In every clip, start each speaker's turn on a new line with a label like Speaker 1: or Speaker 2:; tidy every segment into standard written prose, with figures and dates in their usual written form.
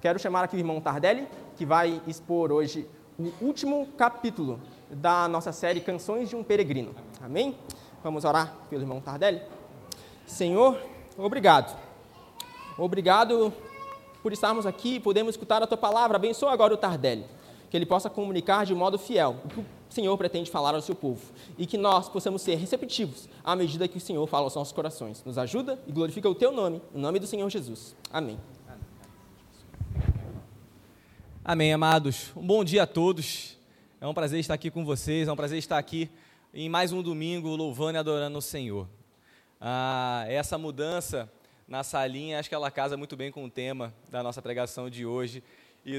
Speaker 1: Quero chamar aqui o irmão Tardelli, que vai expor hoje o último capítulo da nossa série Canções de um Peregrino. Amém? Vamos orar pelo irmão Tardelli? Senhor, obrigado. Obrigado por estarmos aqui e podemos escutar a Tua palavra. Abençoa agora o Tardelli, que ele possa comunicar de modo fiel o que o Senhor pretende falar ao seu povo e que nós possamos ser receptivos à medida que o Senhor fala aos nossos corações. Nos ajuda e glorifica o Teu nome, em nome do Senhor Jesus. Amém.
Speaker 2: Amém, amados. Um bom dia a todos. É um prazer estar aqui com vocês, é um prazer estar aqui em mais um domingo louvando e adorando o Senhor. Essa mudança na salinha, acho que ela casa muito bem com o tema da nossa pregação de hoje e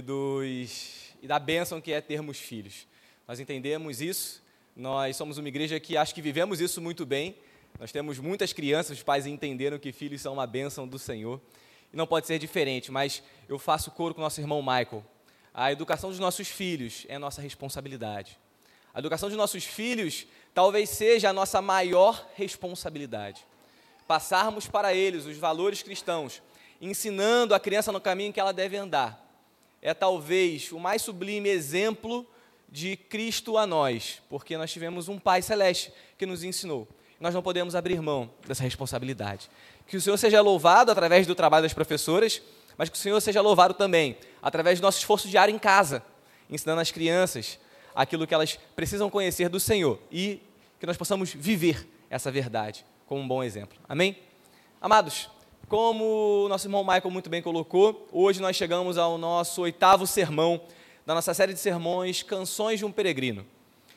Speaker 2: da bênção que é termos filhos. Nós entendemos isso, nós somos uma igreja que acho que vivemos isso muito bem. Nós temos muitas crianças, os pais entenderam que filhos são uma bênção do Senhor. E não pode ser diferente, mas eu faço coro com o nosso irmão Michael. A educação dos nossos filhos é a nossa responsabilidade. A educação dos nossos filhos talvez seja a nossa maior responsabilidade. Passarmos para eles os valores cristãos, ensinando a criança no caminho que ela deve andar, é talvez o mais sublime exemplo de Cristo a nós, porque nós tivemos um Pai Celeste que nos ensinou. Nós não podemos abrir mão dessa responsabilidade. Que o Senhor seja louvado através do trabalho das professoras, mas que o Senhor seja louvado também através do nosso esforço diário em casa, ensinando às crianças aquilo que elas precisam conhecer do Senhor e que nós possamos viver essa verdade como um bom exemplo. Amém? Amados, como o nosso irmão Michael muito bem colocou, hoje nós chegamos ao nosso 8º sermão da nossa série de sermões Canções de um Peregrino.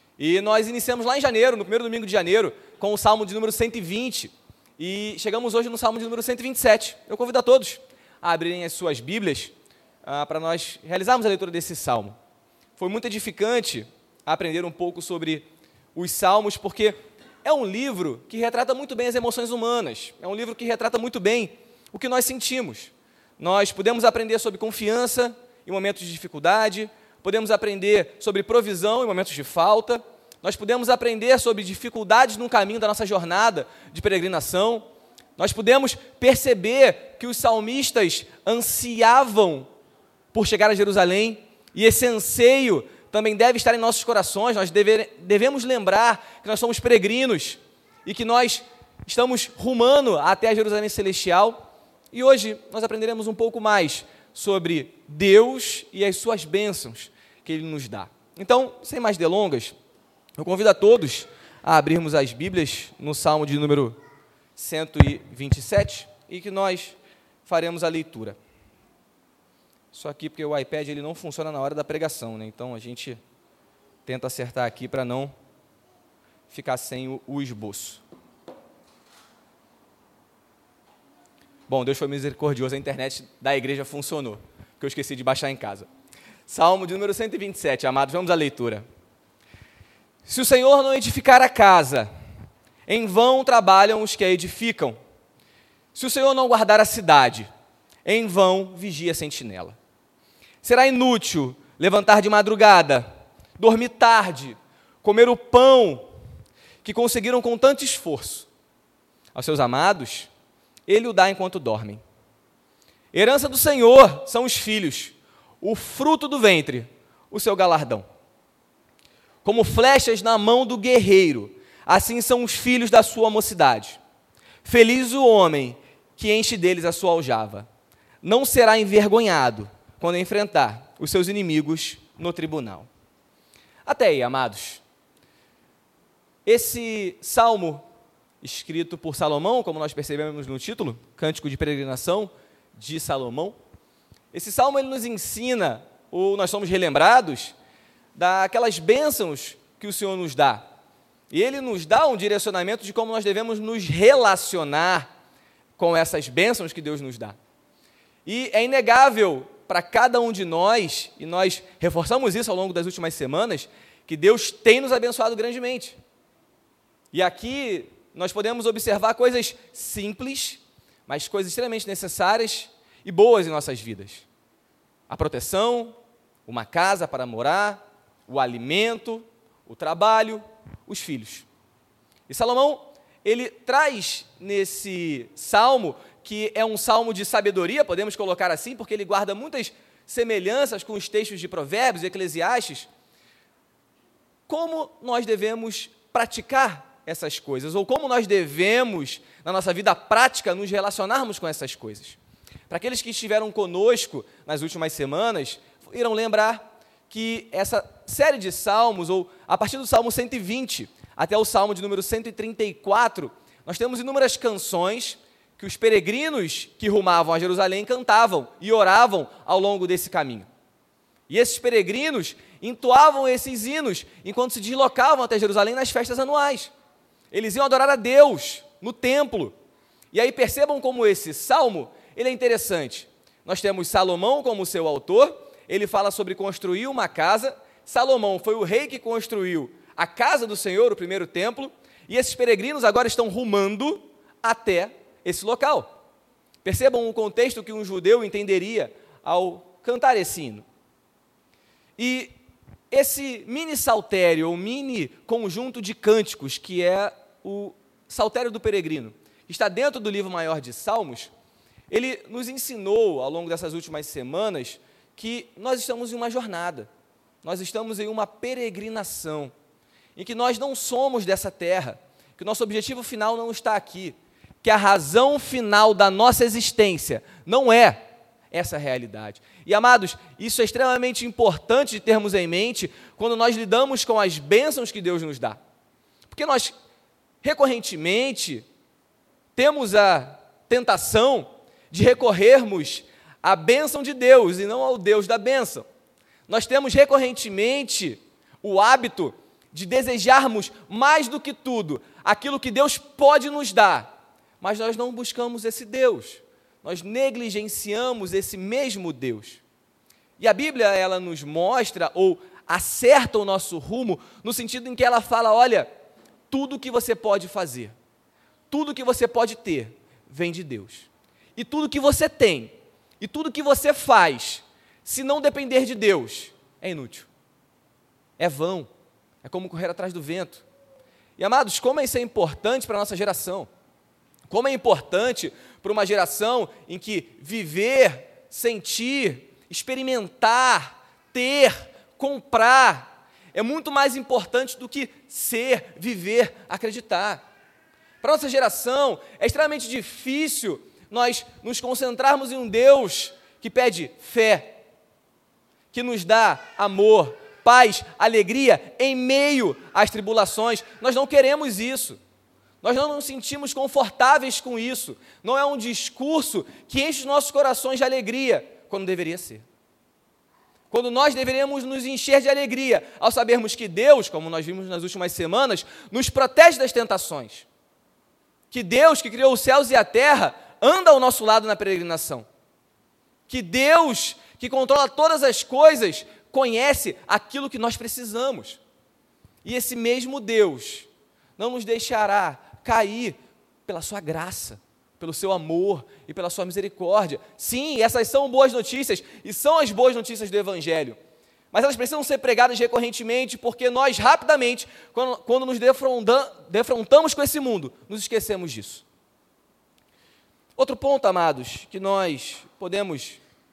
Speaker 2: E nós iniciamos lá em janeiro, no primeiro domingo de janeiro, com o Salmo de número 120 e chegamos hoje no Salmo de número 127. Eu convido a todos a abrirem as suas Bíblias para nós realizarmos a leitura desse Salmo. Foi muito edificante aprender um pouco sobre os Salmos, porque é um livro que retrata muito bem as emoções humanas, é um livro que retrata muito bem o que nós sentimos. Nós podemos aprender sobre confiança em momentos de dificuldade, podemos aprender sobre provisão em momentos de falta, nós podemos aprender sobre dificuldades no caminho da nossa jornada de peregrinação, nós podemos perceber que os salmistas ansiavam por chegar a Jerusalém, e esse anseio também deve estar em nossos corações. Nós devemos lembrar que nós somos peregrinos e que nós estamos rumando até a Jerusalém Celestial. E hoje nós aprenderemos um pouco mais sobre Deus e as suas bênçãos que Ele nos dá. Então, sem mais delongas, eu convido a todos a abrirmos as Bíblias no Salmo de número 127 e que nós faremos a leitura. Só aqui porque o iPad ele não funciona na hora da pregação, né? Então a gente tenta acertar aqui para não ficar sem o esboço. Bom, Deus foi misericordioso, a internet da igreja funcionou, porque eu esqueci de baixar em casa. Salmo de número 127, amados, vamos à leitura. Se o Senhor não edificar a casa, em vão trabalham os que a edificam. Se o Senhor não guardar a cidade, em vão vigia a sentinela. Será inútil levantar de madrugada, dormir tarde, comer o pão que conseguiram com tanto esforço. Aos seus amados, Ele o dá enquanto dormem. Herança do Senhor são os filhos, o fruto do ventre, o seu galardão. Como flechas na mão do guerreiro, assim são os filhos da sua mocidade. Feliz o homem que enche deles a sua aljava. Não será envergonhado quando enfrentar os seus inimigos no tribunal. Até aí, amados. Esse salmo, escrito por Salomão, como nós percebemos no título, Cântico de Peregrinação de Salomão, esse salmo ele nos ensina, ou nós somos relembrados, daquelas bênçãos que o Senhor nos dá. E Ele nos dá um direcionamento de como nós devemos nos relacionar com essas bênçãos que Deus nos dá. E é inegável para cada um de nós, e nós reforçamos isso ao longo das últimas semanas, que Deus tem nos abençoado grandemente. E aqui nós podemos observar coisas simples, mas coisas extremamente necessárias e boas em nossas vidas. A proteção, uma casa para morar, o alimento, o trabalho, os filhos. E Salomão, ele traz nesse salmo, que é um salmo de sabedoria, podemos colocar assim, porque ele guarda muitas semelhanças com os textos de Provérbios e Eclesiastes, como nós devemos praticar essas coisas, ou como nós devemos, na nossa vida prática, nos relacionarmos com essas coisas. Para aqueles que estiveram conosco nas últimas semanas, irão lembrar que essa série de salmos, ou a partir do Salmo 120 até o Salmo de número 134, nós temos inúmeras canções que os peregrinos que rumavam a Jerusalém cantavam e oravam ao longo desse caminho. E esses peregrinos entoavam esses hinos enquanto se deslocavam até Jerusalém nas festas anuais. Eles iam adorar a Deus no templo. E aí percebam como esse salmo, ele é interessante. Nós temos Salomão como seu autor, ele fala sobre construir uma casa. Salomão foi o rei que construiu a casa do Senhor, o primeiro templo, e esses peregrinos agora estão rumando até esse local. Percebam o contexto que um judeu entenderia ao cantar esse hino. E esse mini saltério, ou mini conjunto de cânticos, que é o Saltério do Peregrino, que está dentro do livro maior de Salmos, ele nos ensinou, ao longo dessas últimas semanas, que nós estamos em uma jornada, nós estamos em uma peregrinação, em que nós não somos dessa terra, que o nosso objetivo final não está aqui, que a razão final da nossa existência não é essa realidade. E, amados, isso é extremamente importante de termos em mente quando nós lidamos com as bênçãos que Deus nos dá. Porque nós, recorrentemente, temos a tentação de recorrermos à bênção de Deus e não ao Deus da bênção. Nós temos, recorrentemente, o hábito de desejarmos mais do que tudo aquilo que Deus pode nos dar, mas nós não buscamos esse Deus. Nós negligenciamos esse mesmo Deus. E a Bíblia, ela nos mostra, ou acerta o nosso rumo, no sentido em que ela fala, olha, tudo que você pode fazer, tudo que você pode ter, vem de Deus. E tudo que você tem, e tudo que você faz, se não depender de Deus, é inútil. É vão. É como correr atrás do vento. E, amados, como isso é importante para a nossa geração. Como é importante para uma geração em que viver, sentir, experimentar, ter, comprar, é muito mais importante do que ser, viver, acreditar. Para a nossa geração, é extremamente difícil nós nos concentrarmos em um Deus que pede fé, que nos dá amor, paz, alegria em meio às tribulações. Nós não queremos isso. Nós não nos sentimos confortáveis com isso. Não é um discurso que enche os nossos corações de alegria, quando deveria ser. Quando nós deveríamos nos encher de alegria ao sabermos que Deus, como nós vimos nas últimas semanas, nos protege das tentações. Que Deus, que criou os céus e a terra, anda ao nosso lado na peregrinação. Que Deus, que controla todas as coisas, conhece aquilo que nós precisamos. E esse mesmo Deus não nos deixará cair pela sua graça, pelo seu amor e pela sua misericórdia. Sim, essas são boas notícias e são as boas notícias do Evangelho. Mas elas precisam ser pregadas recorrentemente porque nós, rapidamente, quando nos defrontamos com esse mundo, nos esquecemos disso. Outro ponto, amados, que nós podemos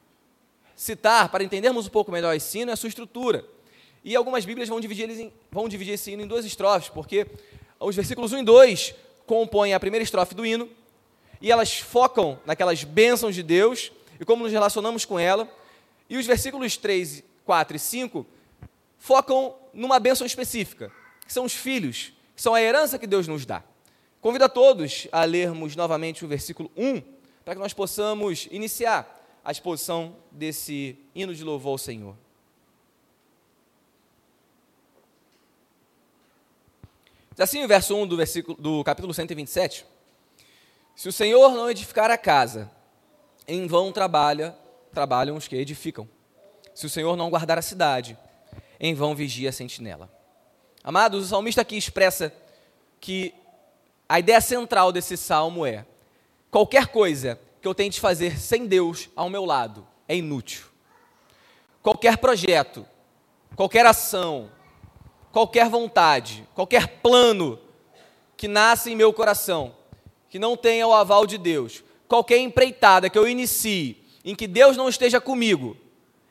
Speaker 2: citar para entendermos um pouco melhor esse hino é a sua estrutura. E algumas Bíblias vão dividir esse hino em duas estrofes, porque os versículos 1 e 2 compõem a primeira estrofe do hino, e elas focam naquelas bênçãos de Deus e como nos relacionamos com ela, e os versículos 3, 4 e 5 focam numa bênção específica, que são os filhos, que são a herança que Deus nos dá. Convido a todos a lermos novamente o versículo 1, para que nós possamos iniciar a exposição desse hino de louvor ao Senhor. Diz assim o verso 1 do capítulo 127, se o Senhor não edificar a casa, em vão trabalham os que edificam. Se o Senhor não guardar a cidade, em vão vigia a sentinela. Amados, o salmista aqui expressa que a ideia central desse salmo é: qualquer coisa que eu tente fazer sem Deus ao meu lado é inútil. Qualquer projeto, qualquer ação, qualquer vontade, qualquer plano que nasce em meu coração, que não tenha o aval de Deus, qualquer empreitada que eu inicie, em que Deus não esteja comigo,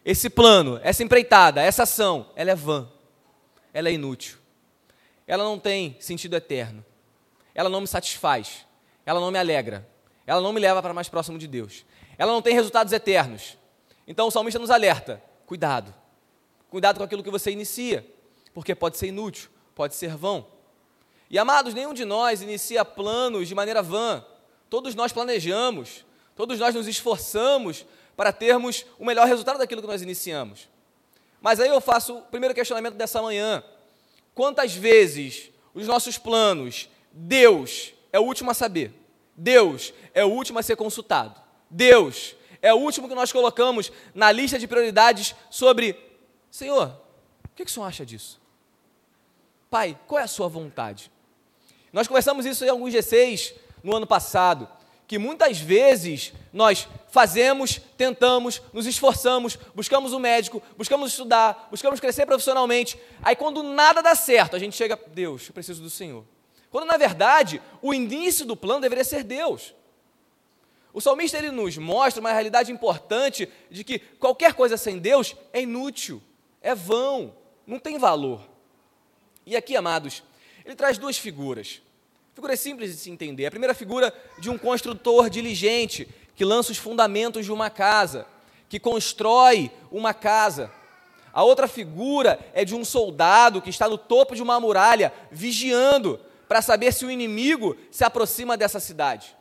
Speaker 2: esse plano, essa empreitada, essa ação, ela é vã, ela é inútil, ela não tem sentido eterno, ela não me satisfaz, ela não me alegra, ela não me leva para mais próximo de Deus, ela não tem resultados eternos. Então o salmista nos alerta, cuidado com aquilo que você inicia, porque pode ser inútil, pode ser vão. E amados, nenhum de nós inicia planos de maneira vã, todos nós planejamos, todos nós nos esforçamos para termos o melhor resultado daquilo que nós iniciamos. Mas aí eu faço o primeiro questionamento dessa manhã. Quantas vezes os nossos planos, Deus é o último a saber, Deus é o último a ser consultado, Deus é o último que nós colocamos na lista de prioridades sobre, Senhor, o que o Senhor acha disso? Pai, qual é a sua vontade? Nós conversamos isso em alguns G6 no ano passado, que muitas vezes nós fazemos, tentamos, nos esforçamos, buscamos um médico, buscamos estudar, buscamos crescer profissionalmente, aí quando nada dá certo, a gente chega, Deus, eu preciso do Senhor. Quando na verdade, o início do plano deveria ser Deus. O salmista ele nos mostra uma realidade importante de que qualquer coisa sem Deus é inútil, é vão, não tem valor. E aqui, amados, ele traz duas figuras simples de se entender. A primeira figura de um construtor diligente, que lança os fundamentos de uma casa, que constrói uma casa. A outra figura é de um soldado que está no topo de uma muralha, vigiando, para saber se o inimigo se aproxima dessa cidade.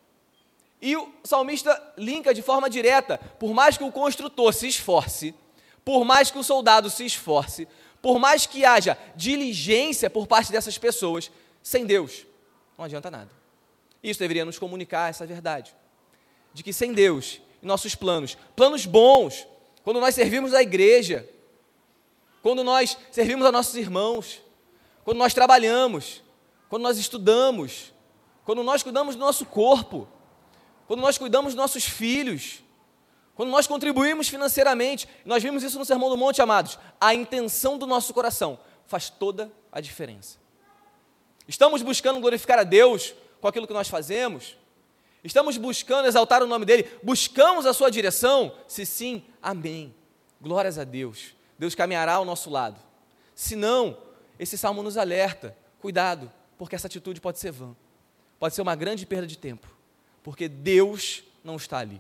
Speaker 2: E o salmista linka de forma direta, por mais que o construtor se esforce, por mais que o soldado se esforce, por mais que haja diligência por parte dessas pessoas, sem Deus, não adianta nada. Isso deveria nos comunicar essa verdade, de que sem Deus, em nossos planos bons, quando nós servimos a igreja, quando nós servimos a nossos irmãos, quando nós trabalhamos, quando nós estudamos, quando nós cuidamos do nosso corpo, quando nós cuidamos dos nossos filhos, quando nós contribuímos financeiramente, nós vimos isso no Sermão do Monte, amados, a intenção do nosso coração faz toda a diferença. Estamos buscando glorificar a Deus com aquilo que nós fazemos? Estamos buscando exaltar o nome dEle? Buscamos a sua direção? Se sim, amém. Glórias a Deus. Deus caminhará ao nosso lado. Se não, esse salmo nos alerta, cuidado, porque essa atitude pode ser vã, pode ser uma grande perda de tempo, porque Deus não está ali.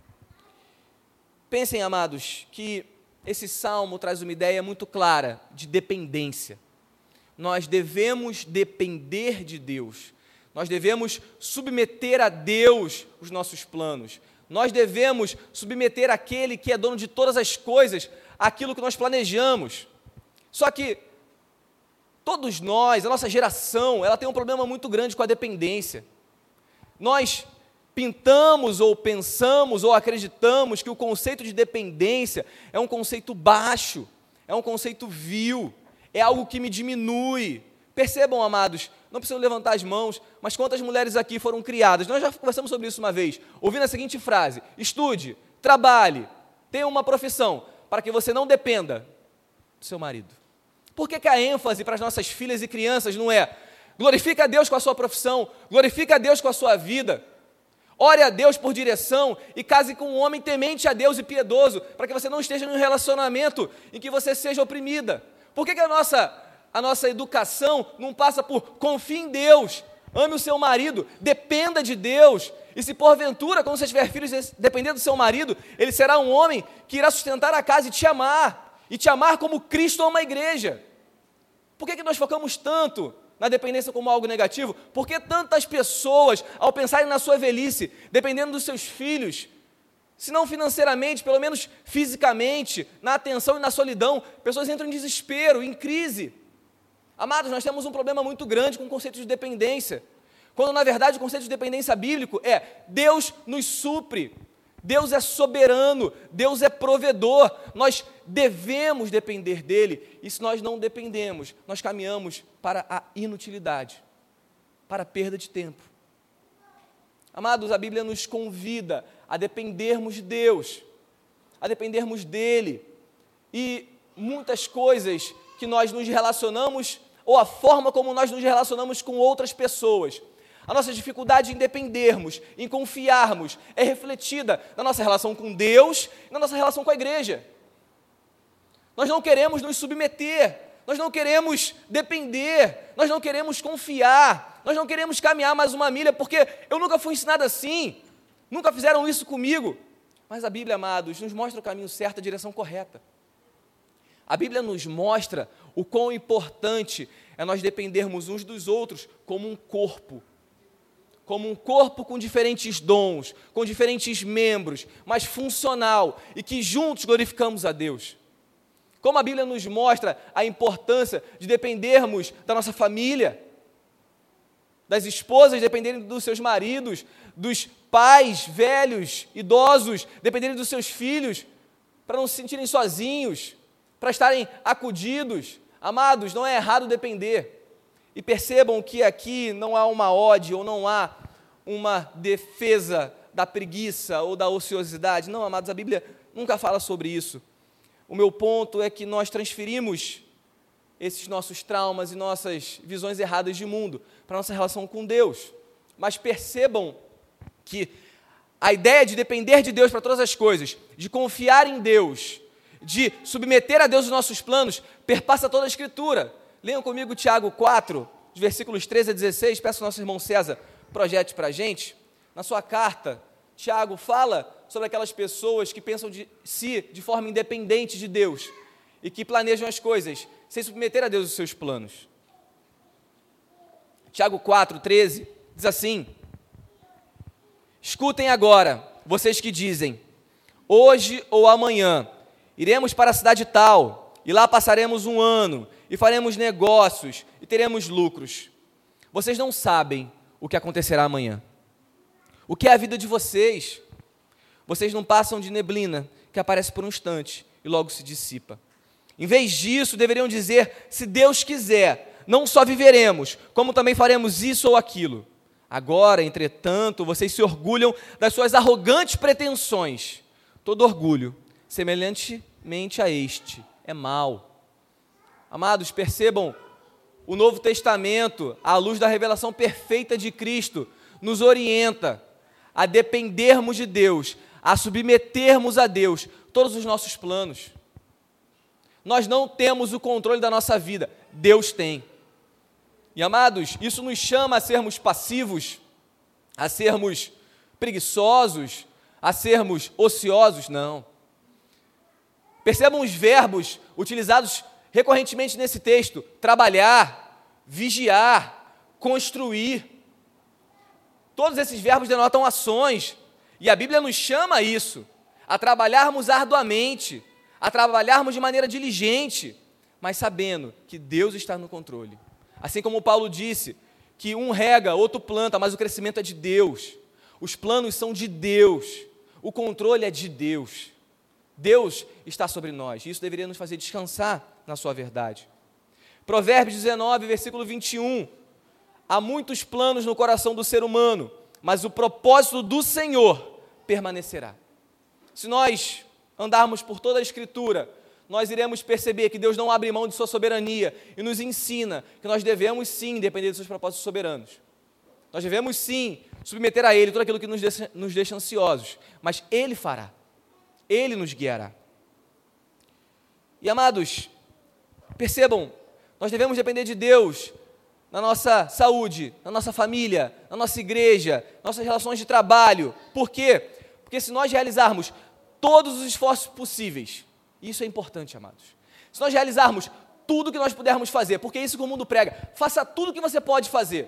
Speaker 2: Pensem, amados, que esse salmo traz uma ideia muito clara de dependência. Nós devemos depender de Deus, nós devemos submeter a Deus os nossos planos, nós devemos submeter aquele que é dono de todas as coisas, aquilo que nós planejamos. Só que todos nós, a nossa geração, ela tem um problema muito grande com a dependência. Nós pintamos ou pensamos ou acreditamos que o conceito de dependência é um conceito baixo, é um conceito vil, é algo que me diminui. Percebam, amados, não precisam levantar as mãos, mas quantas mulheres aqui foram criadas? Nós já conversamos sobre isso uma vez, ouvindo a seguinte frase: estude, trabalhe, tenha uma profissão, para que você não dependa do seu marido. Por que a ênfase para as nossas filhas e crianças não é glorifica a Deus com a sua profissão, glorifica a Deus com a sua vida, ore a Deus por direção e case com um homem temente a Deus e piedoso, para que você não esteja em um relacionamento em que você seja oprimida? Por que a nossa educação não passa por confie em Deus, ame o seu marido, dependa de Deus, e se porventura, quando você tiver filhos, dependendo do seu marido, ele será um homem que irá sustentar a casa e te amar como Cristo ama a igreja? Por que nós focamos tanto na dependência como algo negativo? Por que tantas pessoas, ao pensarem na sua velhice, dependendo dos seus filhos, se não financeiramente, pelo menos fisicamente, na atenção e na solidão, pessoas entram em desespero, em crise? Amados, nós temos um problema muito grande com o conceito de dependência, quando na verdade o conceito de dependência bíblico é Deus nos supre, Deus é soberano, Deus é provedor, nós devemos depender dEle, e se nós não dependemos, nós caminhamos para a inutilidade, para a perda de tempo. Amados, a Bíblia nos convida a dependermos de Deus, a dependermos dEle, e muitas coisas que nós nos relacionamos, ou a forma como nós nos relacionamos com outras pessoas, a nossa dificuldade em dependermos, em confiarmos, é refletida na nossa relação com Deus e na nossa relação com a igreja. nós não queremos nos submeter, nós não queremos depender, nós não queremos confiar, nós não queremos caminhar mais uma milha, porque eu nunca fui ensinado assim, nunca fizeram isso comigo. Mas a Bíblia, amados, nos mostra o caminho certo, a direção correta. A Bíblia nos mostra o quão importante é nós dependermos uns dos outros como um corpo com diferentes dons, com diferentes membros, mas funcional, e que juntos glorificamos a Deus. Como a Bíblia nos mostra a importância de dependermos da nossa família, das esposas dependerem dos seus maridos, dos pais velhos, idosos, dependerem dos seus filhos, para não se sentirem sozinhos, para estarem acudidos. Amados, não é errado depender. E percebam que aqui não há uma ode ou não há uma defesa da preguiça ou da ociosidade. Não, amados, a Bíblia nunca fala sobre isso. O meu ponto é que nós transferimos esses nossos traumas e nossas visões erradas de mundo para a nossa relação com Deus. Mas percebam que a ideia de depender de Deus para todas as coisas, de confiar em Deus, de submeter a Deus os nossos planos, perpassa toda a Escritura. Leiam comigo Tiago 4, os versículos 13 a 16, peço ao nosso irmão César, projete para a gente. Na sua carta, Tiago fala sobre aquelas pessoas que pensam de si de forma independente de Deus e que planejam as coisas sem submeter a Deus os seus planos. Tiago 4, 13, diz assim: escutem agora, vocês que dizem, hoje ou amanhã iremos para a cidade tal, e lá passaremos um ano, e faremos negócios, e teremos lucros. Vocês não sabem o que acontecerá amanhã. O que é a vida de vocês? Vocês não passam de neblina, que aparece por um instante, e logo se dissipa. Em vez disso, deveriam dizer, se Deus quiser, não só viveremos, como também faremos isso ou aquilo. Agora, entretanto, vocês se orgulham das suas arrogantes pretensões. Todo orgulho, semelhantemente a este, é mau. Amados, percebam, o Novo Testamento, à luz da revelação perfeita de Cristo, nos orienta a dependermos de Deus, a submetermos a Deus todos os nossos planos. Nós não temos o controle da nossa vida, Deus tem. E, amados, isso nos chama a sermos passivos, a sermos preguiçosos, a sermos ociosos? Não. Percebam os verbos utilizados recorrentemente nesse texto: trabalhar, vigiar, construir. Todos esses verbos denotam ações, e a Bíblia nos chama a isso, a trabalharmos arduamente, a trabalharmos de maneira diligente, mas sabendo que Deus está no controle. Assim como Paulo disse, que um rega, outro planta, mas o crescimento é de Deus. Os planos são de Deus, o controle é de Deus. Deus está sobre nós, e isso deveria nos fazer descansar na sua verdade. Provérbios 19, versículo 21. Há muitos planos no coração do ser humano, mas o propósito do Senhor permanecerá. Se nós andarmos por toda a Escritura, nós iremos perceber que Deus não abre mão de sua soberania e nos ensina que nós devemos sim depender dos seus propósitos soberanos. Nós devemos sim submeter a Ele tudo aquilo que nos deixa ansiosos, mas Ele fará, Ele nos guiará. E, amados, percebam, nós devemos depender de Deus na nossa saúde, na nossa família, na nossa igreja, nossas relações de trabalho. Por quê? Porque se nós realizarmos todos os esforços possíveis, isso é importante, amados, se nós realizarmos tudo o que nós pudermos fazer, porque é isso que o mundo prega, faça tudo o que você pode fazer,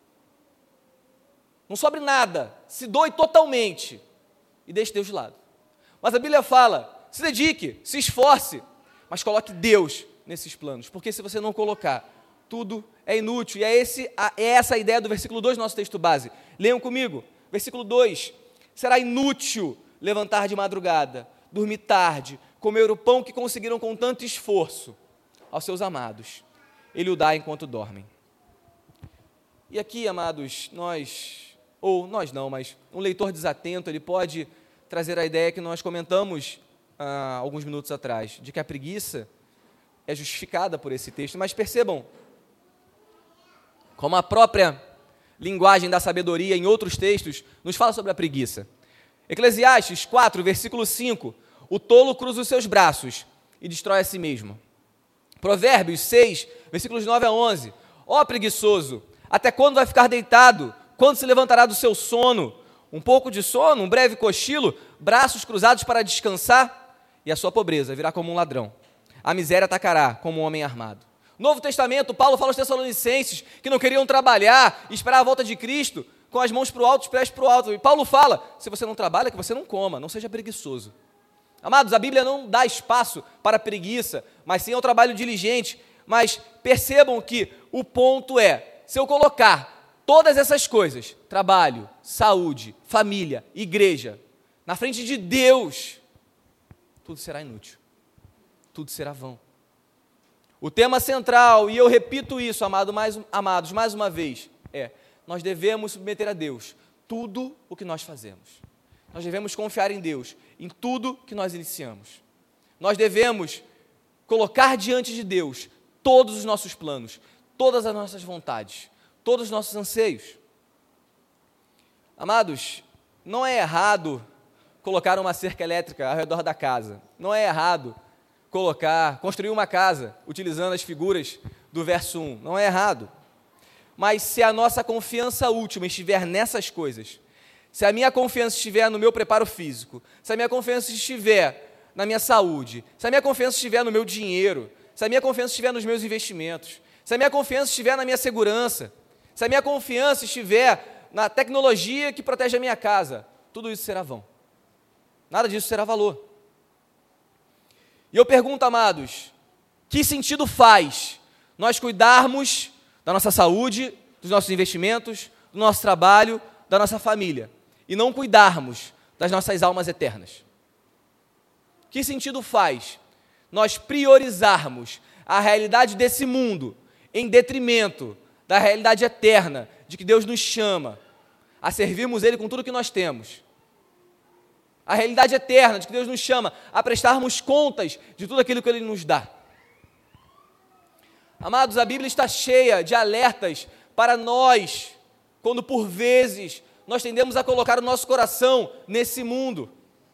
Speaker 2: não sobre nada, se doe totalmente e deixe Deus de lado. Mas a Bíblia fala, se dedique, se esforce, mas coloque Deus nesses planos, porque se você não colocar, tudo é inútil. E é essa a ideia do versículo 2 do nosso texto base. Leiam comigo, versículo 2. Será inútil levantar de madrugada, dormir tarde, comer o pão que conseguiram com tanto esforço. Aos seus amados, Ele o dá enquanto dormem. E aqui, amados, nós não, mas um leitor desatento, ele pode trazer a ideia que nós comentamos alguns minutos atrás, de que a preguiça é justificada por esse texto. Mas percebam, como a própria linguagem da sabedoria em outros textos nos fala sobre a preguiça. Eclesiastes 4, versículo 5, o tolo cruza os seus braços e destrói a si mesmo. Provérbios 6, versículos 9 a 11. Ó preguiçoso, até quando vai ficar deitado? Quando se levantará do seu sono? Um pouco de sono, um breve cochilo, braços cruzados para descansar, e a sua pobreza virá como um ladrão. A miséria atacará como um homem armado. Novo Testamento, Paulo fala aos Tessalonicenses que não queriam trabalhar e esperar a volta de Cristo com as mãos para o alto, os pés para o alto. E Paulo fala, se você não trabalha, que você não coma, não seja preguiçoso. Amados, a Bíblia não dá espaço para preguiça, mas sim ao trabalho diligente. Mas percebam que o ponto é, se eu colocar todas essas coisas, trabalho, saúde, família, igreja, na frente de Deus, tudo será inútil, tudo será vão. O tema central, e eu repito isso, amados, mais uma vez, é, nós devemos submeter a Deus tudo o que nós fazemos. Nós devemos confiar em Deus, em tudo que nós iniciamos. Nós devemos colocar diante de Deus todos os nossos planos, todas as nossas vontades, todos os nossos anseios. Amados, não é errado colocar uma cerca elétrica ao redor da casa. Não é errado construir uma casa utilizando as figuras do verso 1. Não é errado. Mas se a nossa confiança última estiver nessas coisas, se a minha confiança estiver no meu preparo físico, se a minha confiança estiver na minha saúde, se a minha confiança estiver no meu dinheiro, se a minha confiança estiver nos meus investimentos, se a minha confiança estiver na minha segurança, se a minha confiança estiver na tecnologia que protege a minha casa, tudo isso será vão. Nada disso será valor. E eu pergunto, amados, que sentido faz nós cuidarmos da nossa saúde, dos nossos investimentos, do nosso trabalho, da nossa família, e não cuidarmos das nossas almas eternas? Que sentido faz nós priorizarmos a realidade desse mundo em detrimento da realidade eterna, de que Deus nos chama a servirmos Ele com tudo que nós temos? A realidade eterna, de que Deus nos chama a prestarmos contas de tudo aquilo que Ele nos dá. Amados, a Bíblia está cheia de alertas para nós, quando por vezes nós tendemos a colocar o nosso coração nesse mundo.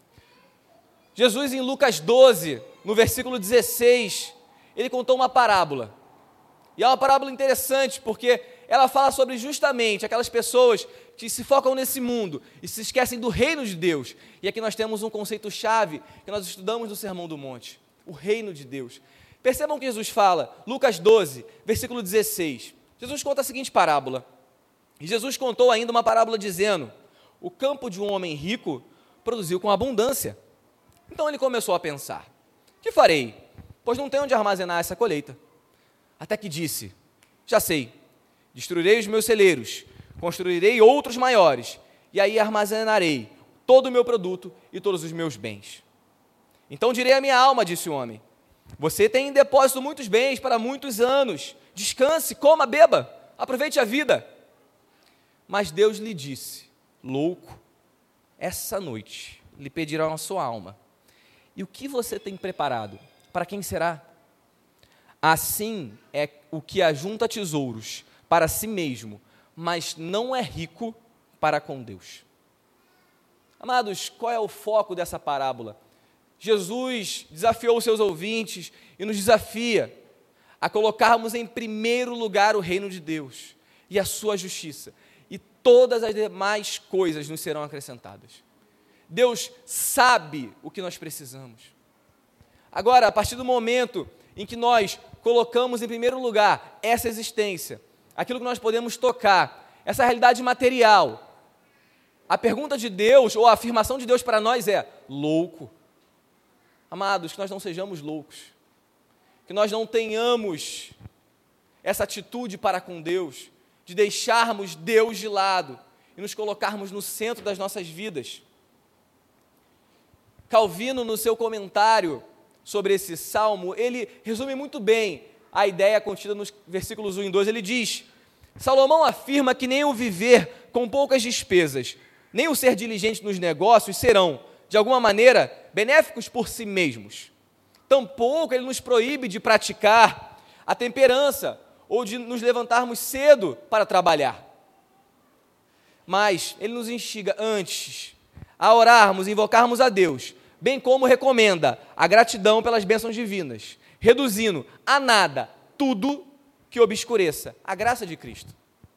Speaker 2: Jesus, em Lucas 12, no versículo 16, ele contou uma parábola. E é uma parábola interessante, porque ela fala sobre justamente aquelas pessoas que se focam nesse mundo e se esquecem do reino de Deus. E aqui nós temos um conceito-chave que nós estudamos no Sermão do Monte, o reino de Deus. Percebam o que Jesus fala, Lucas 12, versículo 16. Jesus conta a seguinte parábola. E Jesus contou ainda uma parábola dizendo: o campo de um homem rico produziu com abundância. Então ele começou a pensar: que farei? Pois não tenho onde armazenar essa colheita. Até que disse: já sei, destruirei os meus celeiros, construirei outros maiores, e aí armazenarei todo o meu produto e todos os meus bens. Então direi à minha alma, disse o homem: você tem em depósito muitos bens para muitos anos, descanse, coma, beba, aproveite a vida. Mas Deus lhe disse: louco, essa noite lhe pedirão a sua alma. E o que você tem preparado? Para quem será? Assim é o que ajunta tesouros para si mesmo, mas não é rico para com Deus. Amados, qual é o foco dessa parábola? Jesus desafiou os seus ouvintes e nos desafia a colocarmos em primeiro lugar o reino de Deus e a sua justiça, e todas as demais coisas nos serão acrescentadas. Deus sabe o que nós precisamos. Agora, a partir do momento em que nós colocamos em primeiro lugar essa existência, aquilo que nós podemos tocar, essa realidade material, a pergunta de Deus, ou a afirmação de Deus para nós é: louco. Amados, que nós não sejamos loucos, que nós não tenhamos essa atitude para com Deus, de deixarmos Deus de lado e nos colocarmos no centro das nossas vidas. Calvino, no seu comentário sobre esse salmo, ele resume muito bem a ideia contida nos versículos 1 e 2. Ele diz: Salomão afirma que nem o viver com poucas despesas, nem o ser diligente nos negócios serão, de alguma maneira, benéficos por si mesmos. Tampouco ele nos proíbe de praticar a temperança ou de nos levantarmos cedo para trabalhar. Mas ele nos instiga antes a orarmos e invocarmos a Deus bem como recomenda a gratidão pelas bênçãos divinas, reduzindo a nada tudo que obscureça a graça de Cristo.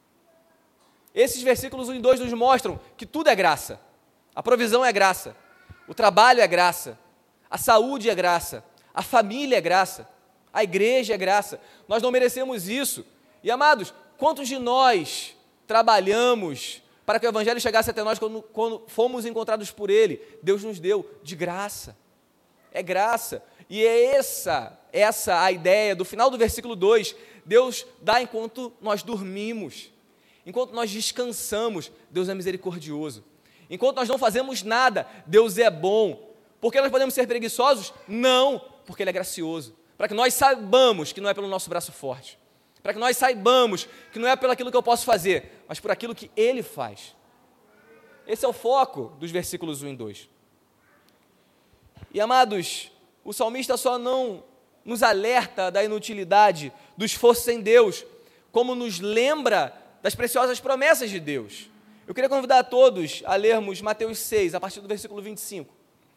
Speaker 2: Esses versículos 1 e 2 nos mostram que tudo é graça. A provisão é graça, o trabalho é graça, a saúde é graça, a família é graça, a igreja é graça. Nós não merecemos isso. E, amados, quantos de nós trabalhamos para que o Evangelho chegasse até nós quando fomos encontrados por Ele? Deus nos deu de graça. É graça. E é essa a ideia do final do versículo 2. Deus dá enquanto nós dormimos. Enquanto nós descansamos, Deus é misericordioso. Enquanto nós não fazemos nada, Deus é bom. Por que nós podemos ser preguiçosos? Não, porque Ele é gracioso. Para que nós saibamos que não é pelo nosso braço forte. Para que nós saibamos que não é pelo aquilo que eu posso fazer, mas por aquilo que Ele faz. Esse é o foco dos versículos 1 e 2. E, amados, o salmista só não nos alerta da inutilidade do esforço sem Deus, como nos lembra das preciosas promessas de Deus. Eu queria convidar a todos a lermos Mateus 6, a partir do versículo 25.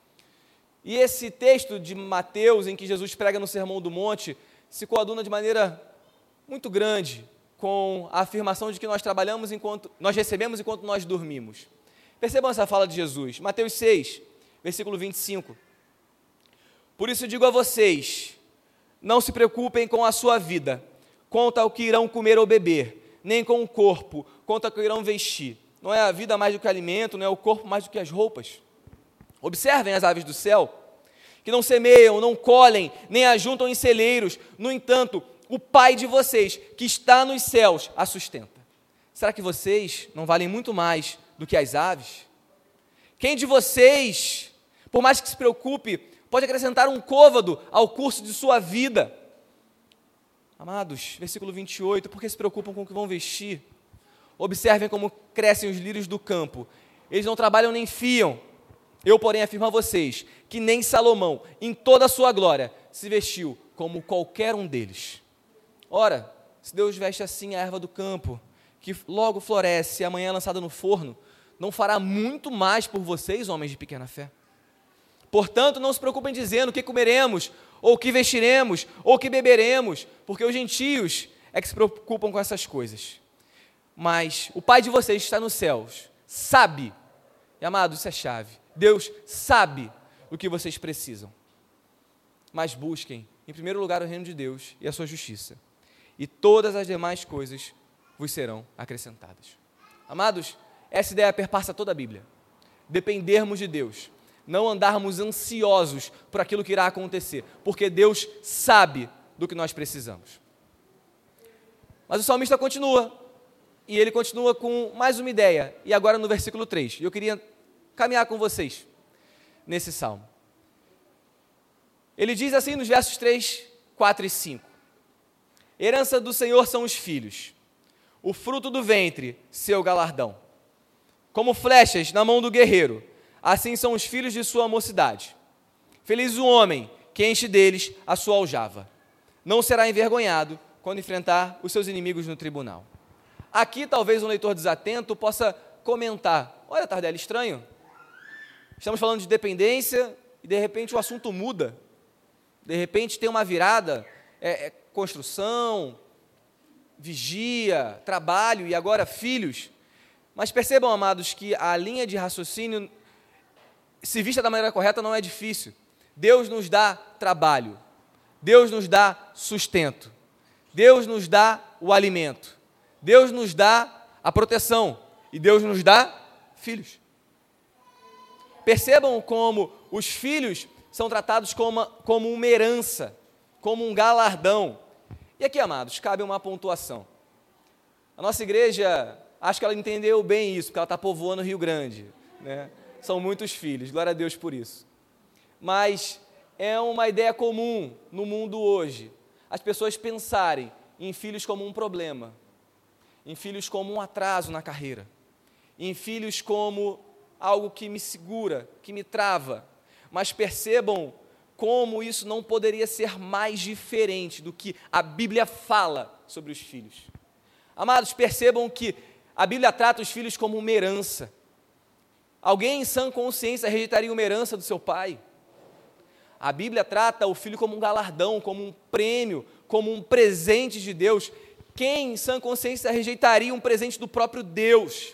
Speaker 2: E esse texto de Mateus, em que Jesus prega no Sermão do Monte, se coaduna de maneira muito grande com a afirmação de que nós trabalhamos enquanto nós recebemos enquanto nós dormimos. Percebam essa fala de Jesus, Mateus 6, versículo 25. Por isso digo a vocês, não se preocupem com a sua vida, quanto ao que irão comer ou beber, nem com o corpo, quanto ao que irão vestir. Não é a vida mais do que o alimento, não é o corpo mais do que as roupas. Observem as aves do céu, que não semeiam, não colhem, nem ajuntam em celeiros. No entanto, o Pai de vocês, que está nos céus, a sustenta. Será que vocês não valem muito mais do que as aves? Quem de vocês, por mais que se preocupe, pode acrescentar um côvado ao curso de sua vida? Amados, versículo 28, por que se preocupam com o que vão vestir? Observem como crescem os lírios do campo. Eles não trabalham nem fiam. Eu, porém, afirmo a vocês que nem Salomão, em toda a sua glória, se vestiu como qualquer um deles. Ora, se Deus veste assim a erva do campo, que logo floresce e amanhã é lançada no forno, não fará muito mais por vocês, homens de pequena fé? Portanto, não se preocupem dizendo o que comeremos, ou o que vestiremos, ou o que beberemos, porque os gentios é que se preocupam com essas coisas. Mas o Pai de vocês que está nos céus sabe, e amados, isso é chave, Deus sabe o que vocês precisam. Mas busquem, em primeiro lugar, o reino de Deus e a sua justiça, e todas as demais coisas vos serão acrescentadas. Amados, essa ideia perpassa toda a Bíblia. Dependermos de Deus, não andarmos ansiosos por aquilo que irá acontecer, porque Deus sabe do que nós precisamos. Mas o salmista continua, e ele continua com mais uma ideia, e agora no versículo 3, e eu queria caminhar com vocês nesse salmo. Ele diz assim nos versos 3, 4 e 5: herança do Senhor são os filhos, o fruto do ventre, seu galardão. Como flechas na mão do guerreiro, assim são os filhos de sua mocidade. Feliz o homem que enche deles a sua aljava. Não será envergonhado quando enfrentar os seus inimigos no tribunal. Aqui, talvez um leitor desatento possa comentar: olha, Tardelli, estranho. Estamos falando de dependência e, de repente, o assunto muda. De repente, tem uma virada, construção, vigia, trabalho e agora filhos. Mas percebam, amados, que a linha de raciocínio, se vista da maneira correta, não é difícil. Deus nos dá trabalho, Deus nos dá sustento, Deus nos dá o alimento, Deus nos dá a proteção e Deus nos dá filhos. Percebam como os filhos são tratados como uma herança, como um galardão. E aqui, amados, cabe uma pontuação. A nossa igreja, acho que ela entendeu bem isso, porque ela está povoando o Rio Grande, né? São muitos filhos, glória a Deus por isso. Mas é uma ideia comum no mundo hoje, as pessoas pensarem em filhos como um problema, em filhos como um atraso na carreira, em filhos como algo que me segura, que me trava. Mas percebam como isso não poderia ser mais diferente do que a Bíblia fala sobre os filhos. Amados, percebam que a Bíblia trata os filhos como uma herança. Alguém em sã consciência rejeitaria uma herança do seu pai? A Bíblia trata o filho como um galardão, como um prêmio, como um presente de Deus. Quem, em sã consciência, rejeitaria um presente do próprio Deus?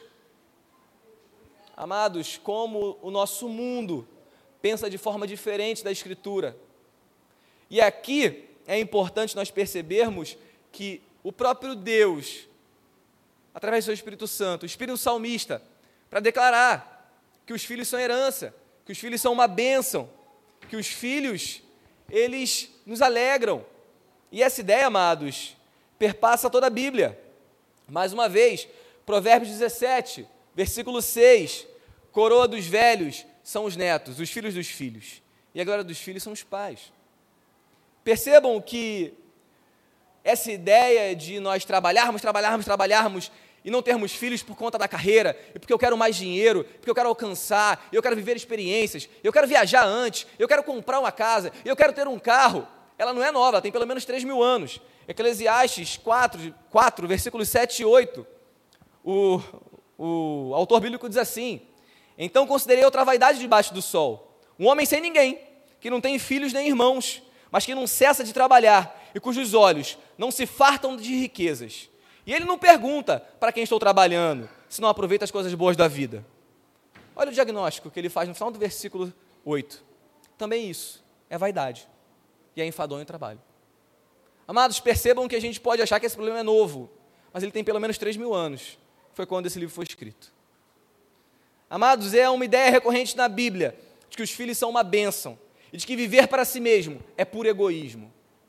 Speaker 2: Amados, como o nosso mundo pensa de forma diferente da Escritura. E aqui é importante nós percebermos que o próprio Deus, através do seu Espírito Santo, inspira o salmista para declarar que os filhos são herança, que os filhos são uma bênção, que os filhos, eles nos alegram. E essa ideia, amados, perpassa toda a Bíblia. Mais uma vez, Provérbios 17, versículo 6, coroa dos velhos são os netos, os filhos dos filhos, e a glória dos filhos são os pais. Percebam que essa ideia de nós trabalharmos e não termos filhos por conta da carreira, e porque eu quero mais dinheiro, porque eu quero alcançar, eu quero viver experiências, eu quero viajar antes, eu quero comprar uma casa, eu quero ter um carro, ela não é nova, ela tem pelo menos 3.000 anos. Eclesiastes 4, versículos 7 e 8, o autor bíblico diz assim: então considerei outra vaidade debaixo do sol, um homem sem ninguém, que não tem filhos nem irmãos, mas que não cessa de trabalhar, e cujos olhos não se fartam de riquezas. E ele não pergunta para quem estou trabalhando, se não aproveita as coisas boas da vida. Olha o diagnóstico que ele faz no final do versículo 8. Também isso é vaidade, e é enfadonho o trabalho. Amados, percebam que a gente pode achar que esse problema é novo, mas ele tem pelo menos 3.000 anos, foi quando esse livro foi escrito. Amados, é uma ideia recorrente na Bíblia, de que os filhos são uma bênção, e de que viver para si mesmo é puro egoísmo.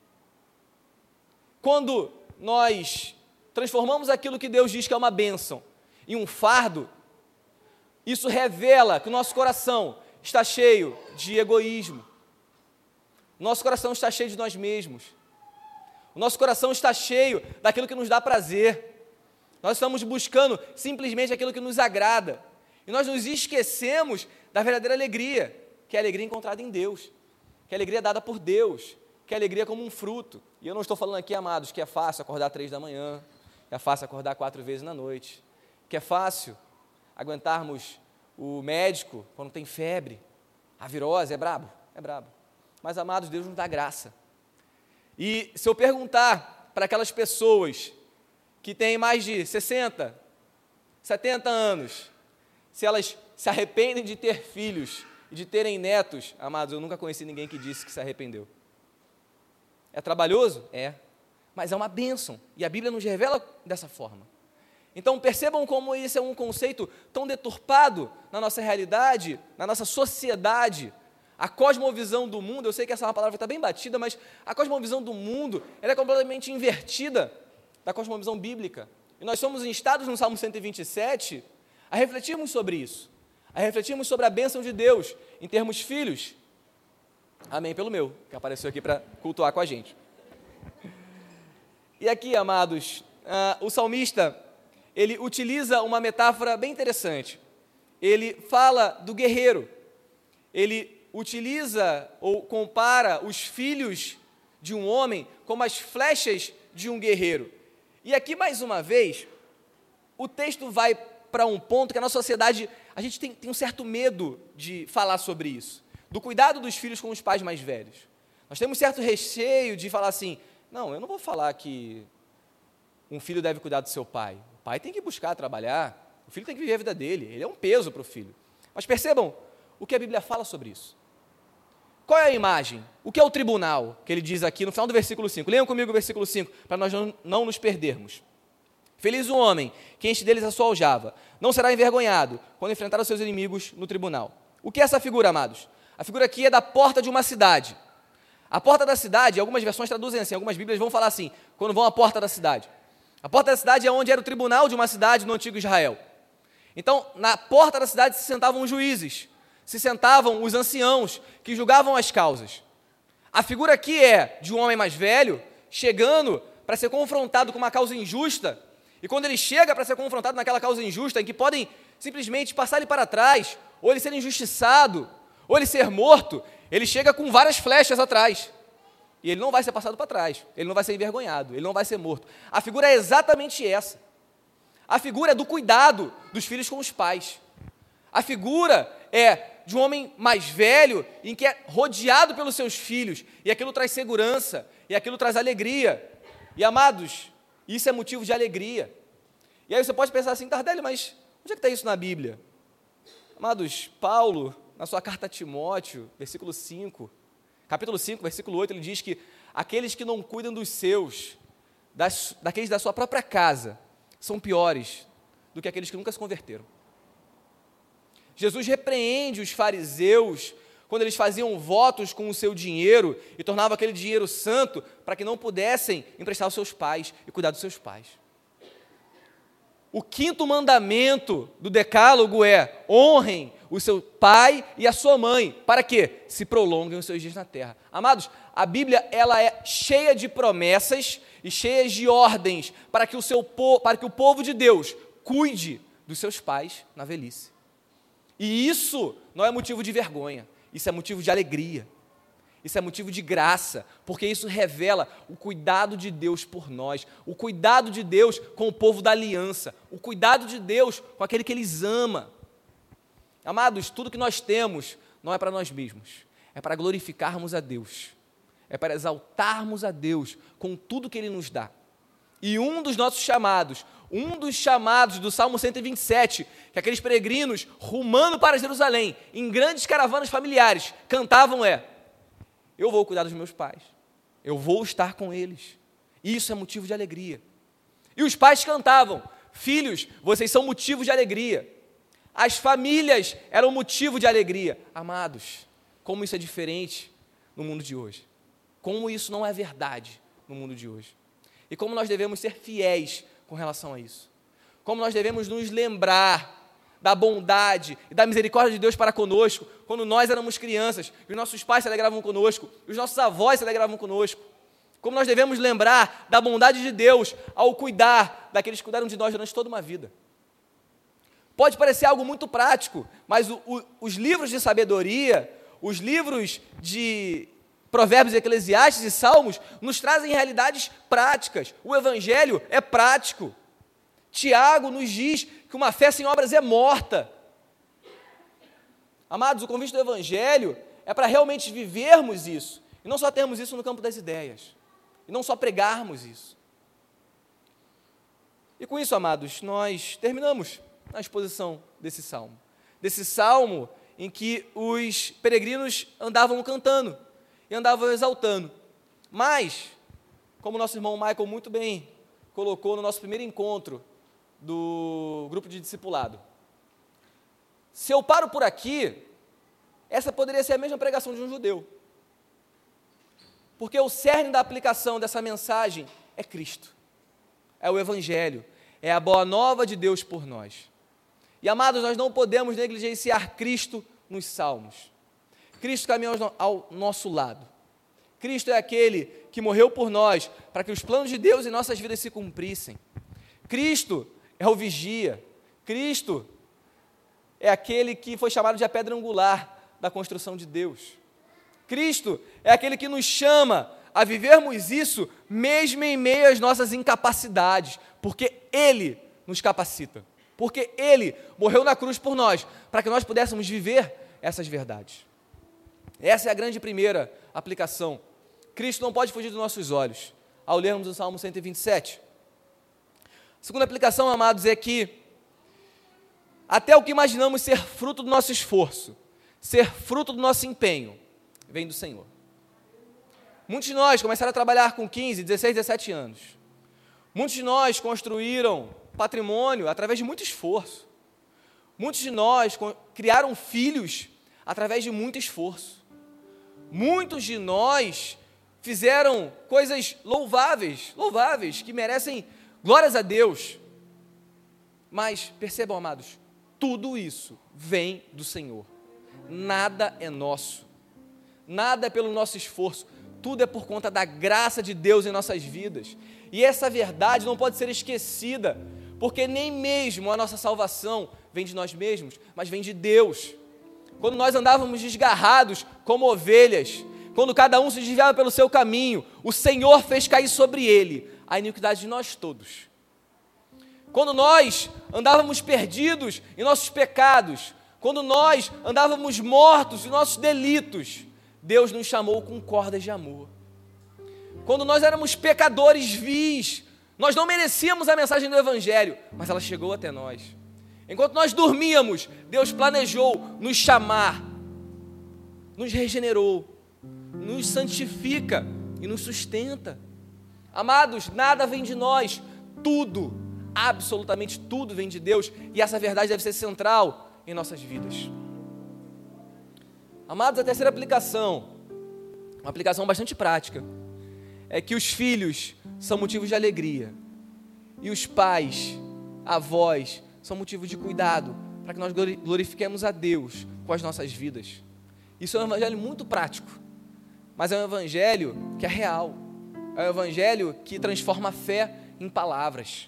Speaker 2: Quando nós transformamos aquilo que Deus diz que é uma bênção em um fardo, isso revela que o nosso coração está cheio de egoísmo, nosso coração está cheio de nós mesmos, o nosso coração está cheio daquilo que nos dá prazer, nós estamos buscando simplesmente aquilo que nos agrada, e nós nos esquecemos da verdadeira alegria, que é a alegria encontrada em Deus, que é a alegria dada por Deus, que é a alegria como um fruto. E eu não estou falando aqui, amados, que é fácil acordar 3 da manhã, que é fácil acordar 4 vezes na noite, que é fácil aguentarmos o médico quando tem febre, a virose, é brabo. Mas, amados, Deus nos dá graça. E se eu perguntar para aquelas pessoas que têm mais de 60, 70 anos, se elas se arrependem de ter filhos e de terem netos, amados, eu nunca conheci ninguém que disse que se arrependeu. É trabalhoso? É. Mas é uma bênção, e a Bíblia nos revela dessa forma. Então percebam como esse é um conceito tão deturpado na nossa realidade, na nossa sociedade. A cosmovisão do mundo, eu sei que essa palavra está bem batida, mas a cosmovisão do mundo, ela é completamente invertida da cosmovisão bíblica. E nós somos instados no Salmo 127 a refletirmos sobre isso, a refletirmos sobre a bênção de Deus em termos filhos. Amém pelo meu, que apareceu aqui para cultuar com a gente. E aqui, amados, o salmista, ele utiliza uma metáfora bem interessante. Ele fala do guerreiro. Ele utiliza ou compara os filhos de um homem como as flechas de um guerreiro. E aqui, mais uma vez, o texto vai para um ponto que a nossa sociedade, a gente tem um certo medo de falar sobre isso, do cuidado dos filhos com os pais mais velhos. Nós temos certo receio de falar assim, não, eu não vou falar que um filho deve cuidar do seu pai. O pai tem que buscar trabalhar, o filho tem que viver a vida dele, ele é um peso para o filho. Mas percebam o que a Bíblia fala sobre isso. Qual é a imagem? O que é o tribunal, que ele diz aqui no final do versículo 5? Leiam comigo o versículo 5, para nós não nos perdermos. Feliz o homem que enche deles a sua aljava, não será envergonhado quando enfrentar os seus inimigos no tribunal. O que é essa figura, amados? A figura aqui é da porta de uma cidade. A porta da cidade, algumas versões traduzem assim, algumas bíblias vão falar assim, quando vão à porta da cidade. A porta da cidade é onde era o tribunal de uma cidade no antigo Israel. Então, na porta da cidade se sentavam os juízes, se sentavam os anciãos que julgavam as causas. A figura aqui é de um homem mais velho, chegando para ser confrontado com uma causa injusta, e quando ele chega para ser confrontado naquela causa injusta, em que podem simplesmente passar ele para trás, ou ele ser injustiçado, ou ele ser morto, ele chega com várias flechas atrás, e ele não vai ser passado para trás, ele não vai ser envergonhado, ele não vai ser morto. A figura é exatamente essa. A figura é do cuidado dos filhos com os pais. A figura é de um homem mais velho, em que é rodeado pelos seus filhos, e aquilo traz segurança, e aquilo traz alegria. E, amados, isso é motivo de alegria. E aí você pode pensar assim, Tardelli, mas onde é que está isso na Bíblia? Amados, Paulo, na sua carta a Timóteo, capítulo 5, versículo 8, ele diz que aqueles que não cuidam dos seus, daqueles da sua própria casa, são piores do que aqueles que nunca se converteram. Jesus repreende os fariseus quando eles faziam votos com o seu dinheiro e tornavam aquele dinheiro santo para que não pudessem emprestar aos seus pais e cuidar dos seus pais. O 5º mandamento do decálogo é: honrem o seu pai e a sua mãe, para que se prolonguem os seus dias na terra. Amados, a Bíblia ela é cheia de promessas e cheia de ordens para que o povo de Deus cuide dos seus pais na velhice. E isso não é motivo de vergonha, isso é motivo de alegria, isso é motivo de graça, porque isso revela o cuidado de Deus por nós, o cuidado de Deus com o povo da aliança, o cuidado de Deus com aquele que Eles ama. Amados, tudo que nós temos não é para nós mesmos, é para glorificarmos a Deus, é para exaltarmos a Deus com tudo que Ele nos dá. E um dos chamados do Salmo 127, que aqueles peregrinos rumando para Jerusalém, em grandes caravanas familiares, cantavam eu vou cuidar dos meus pais, eu vou estar com eles. Isso é motivo de alegria. E os pais cantavam, filhos, vocês são motivo de alegria. As famílias eram motivo de alegria. Amados, como isso é diferente no mundo de hoje. Como isso não é verdade no mundo de hoje. E como nós devemos ser fiéis com relação a isso. Como nós devemos nos lembrar da bondade e da misericórdia de Deus para conosco, quando nós éramos crianças, e os nossos pais se alegravam conosco, e os nossos avós se alegravam conosco. Como nós devemos lembrar da bondade de Deus ao cuidar daqueles que cuidaram de nós durante toda uma vida. Pode parecer algo muito prático, mas os livros de sabedoria, os livros de Provérbios, Eclesiastes e Salmos nos trazem realidades práticas. O Evangelho é prático. Tiago nos diz que uma fé sem obras é morta. Amados, o convite do Evangelho é para realmente vivermos isso, e não só termos isso no campo das ideias, e não só pregarmos isso. E com isso, amados, nós terminamos a exposição desse salmo em que os peregrinos andavam cantando e andavam exaltando. Mas, como nosso irmão Michael muito bem colocou no nosso primeiro encontro do grupo de discipulado, se eu paro por aqui, essa poderia ser a mesma pregação de um judeu. Porque o cerne da aplicação dessa mensagem é Cristo, é o Evangelho, é a boa nova de Deus por nós. E, amados, nós não podemos negligenciar Cristo nos salmos. Cristo caminha ao nosso lado. Cristo é aquele que morreu por nós, para que os planos de Deus em nossas vidas se cumprissem. Cristo é o vigia. Cristo é aquele que foi chamado de a pedra angular da construção de Deus. Cristo é aquele que nos chama a vivermos isso mesmo em meio às nossas incapacidades, porque Ele nos capacita, porque Ele morreu na cruz por nós, para que nós pudéssemos viver essas verdades. Essa é a grande primeira aplicação. Cristo não pode fugir dos nossos olhos, ao lermos o Salmo 127. A segunda aplicação, amados, é que até o que imaginamos ser fruto do nosso esforço, ser fruto do nosso empenho, vem do Senhor. Muitos de nós começaram a trabalhar com 15, 16, 17 anos. Muitos de nós construíram patrimônio através de muito esforço. Muitos de nós criaram filhos através de muito esforço. Muitos de nós fizeram coisas louváveis, que merecem glórias a Deus. Mas percebam, amados, tudo isso vem do Senhor. Nada é nosso. Nada é pelo nosso esforço. Tudo é por conta da graça de Deus em nossas vidas. E essa verdade não pode ser esquecida, porque nem mesmo a nossa salvação vem de nós mesmos, mas vem de Deus. Quando nós andávamos desgarrados como ovelhas, quando cada um se desviava pelo seu caminho, o Senhor fez cair sobre ele a iniquidade de nós todos. Quando nós andávamos perdidos em nossos pecados, quando nós andávamos mortos de nossos delitos, Deus nos chamou com cordas de amor. Quando nós éramos pecadores vis, nós não merecíamos a mensagem do Evangelho, mas ela chegou até nós. Enquanto nós dormíamos, Deus planejou nos chamar, nos regenerou, nos santifica e nos sustenta. Amados, nada vem de nós, tudo, absolutamente tudo vem de Deus, e essa verdade deve ser central em nossas vidas. Amados, a terceira aplicação, uma aplicação bastante prática, é que os filhos são motivos de alegria, e os pais, avós, são motivos de cuidado, para que nós glorifiquemos a Deus com as nossas vidas. Isso é um evangelho muito prático, mas é um evangelho que é real, é um evangelho que transforma a fé em palavras.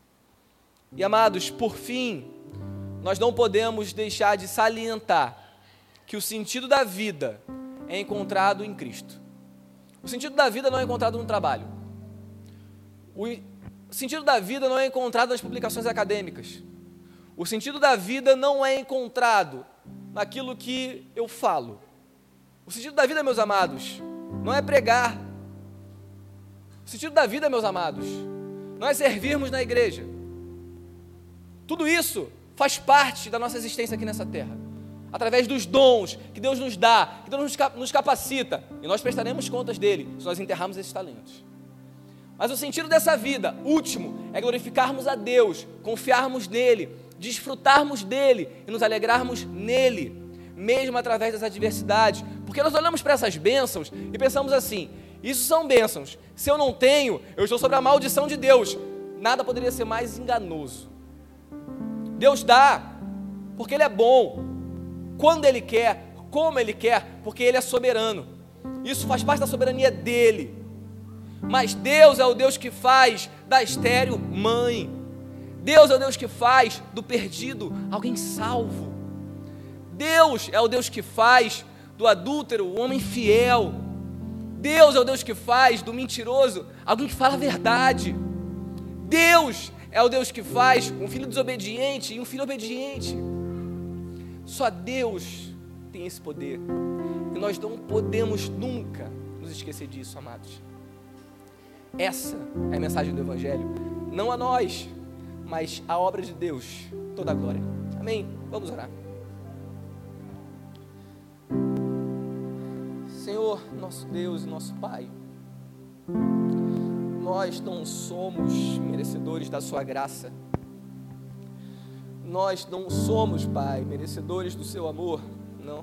Speaker 2: E amados, por fim, nós não podemos deixar de salientar que o sentido da vida é encontrado em Cristo. O sentido da vida não é encontrado no trabalho. O sentido da vida não é encontrado nas publicações acadêmicas. O sentido da vida não é encontrado naquilo que eu falo. O sentido da vida, meus amados, não é pregar. O sentido da vida, meus amados, não é servirmos na igreja. Tudo isso faz parte da nossa existência aqui nessa terra, através dos dons que Deus nos dá, que Deus nos capacita, e nós prestaremos contas dele, se nós enterrarmos esses talentos. Mas o sentido dessa vida, último, é glorificarmos a Deus, confiarmos nele, desfrutarmos dele e nos alegrarmos nele, mesmo através das adversidades, porque nós olhamos para essas bênçãos e pensamos assim: isso são bênçãos, se eu não tenho, eu estou sob a maldição de Deus. Nada poderia ser mais enganoso. Deus dá, porque Ele é bom, quando Ele quer, como Ele quer, porque Ele é soberano. Isso faz parte da soberania dEle. Mas Deus é o Deus que faz da estéril mãe. Deus é o Deus que faz do perdido alguém salvo. Deus é o Deus que faz do adúltero o homem fiel. Deus é o Deus que faz do mentiroso alguém que fala a verdade. Deus é o Deus que faz um filho desobediente e um filho obediente. Só Deus tem esse poder. E nós não podemos nunca nos esquecer disso, amados. Essa é a mensagem do Evangelho. Não a nós, mas a obra de Deus. Toda a glória. Amém? Vamos orar. Senhor, nosso Deus e nosso Pai, nós não somos merecedores da sua graça. Nós não somos, Pai, merecedores do seu amor, não.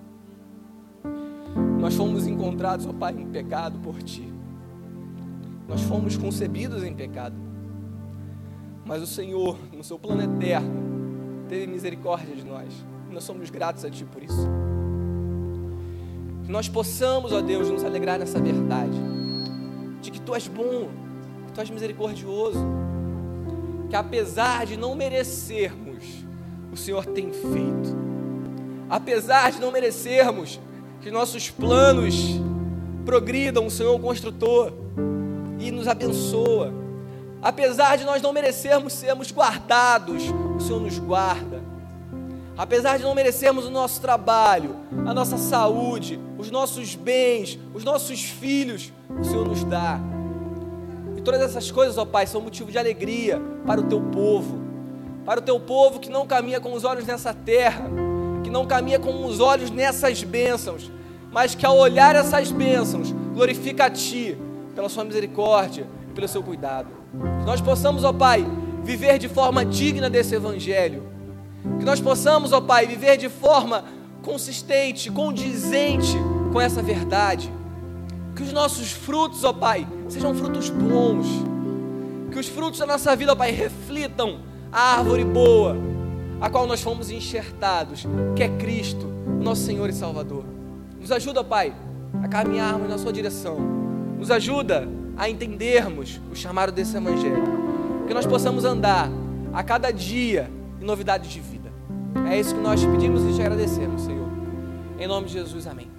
Speaker 2: Nós fomos encontrados, ó Pai, em pecado por Ti. Nós fomos concebidos em pecado. Mas o Senhor, no seu plano eterno, teve misericórdia de nós. E nós somos gratos a Ti por isso. Que nós possamos, ó Deus, nos alegrar nessa verdade, de que Tu és bom, que Tu és misericordioso, que apesar de não merecermos, o Senhor tem feito. Apesar de não merecermos que nossos planos progridam, o Senhor é o construtor e nos abençoa. Apesar de nós não merecermos sermos guardados, o Senhor nos guarda. Apesar de não merecermos o nosso trabalho, a nossa saúde, os nossos bens, os nossos filhos, o Senhor nos dá. E todas essas coisas, ó Pai, são motivo de alegria para o Teu povo que não caminha com os olhos nessa terra, que não caminha com os olhos nessas bênçãos, mas que ao olhar essas bênçãos, glorifica a Ti, pela Sua misericórdia e pelo Seu cuidado. Que nós possamos, ó Pai, viver de forma digna desse Evangelho. Que nós possamos, ó Pai, viver de forma consistente, condizente com essa verdade. Que os nossos frutos, ó Pai, sejam frutos bons. Que os frutos da nossa vida, ó Pai, reflitam a árvore boa, a qual nós fomos enxertados, que é Cristo, nosso Senhor e Salvador. Nos ajuda, ó Pai, a caminharmos na Sua direção. Nos ajuda a entendermos o chamado desse Evangelho. Que nós possamos andar a cada dia em novidades de vida. É isso que nós pedimos e te agradecemos, Senhor. Em nome de Jesus, amém.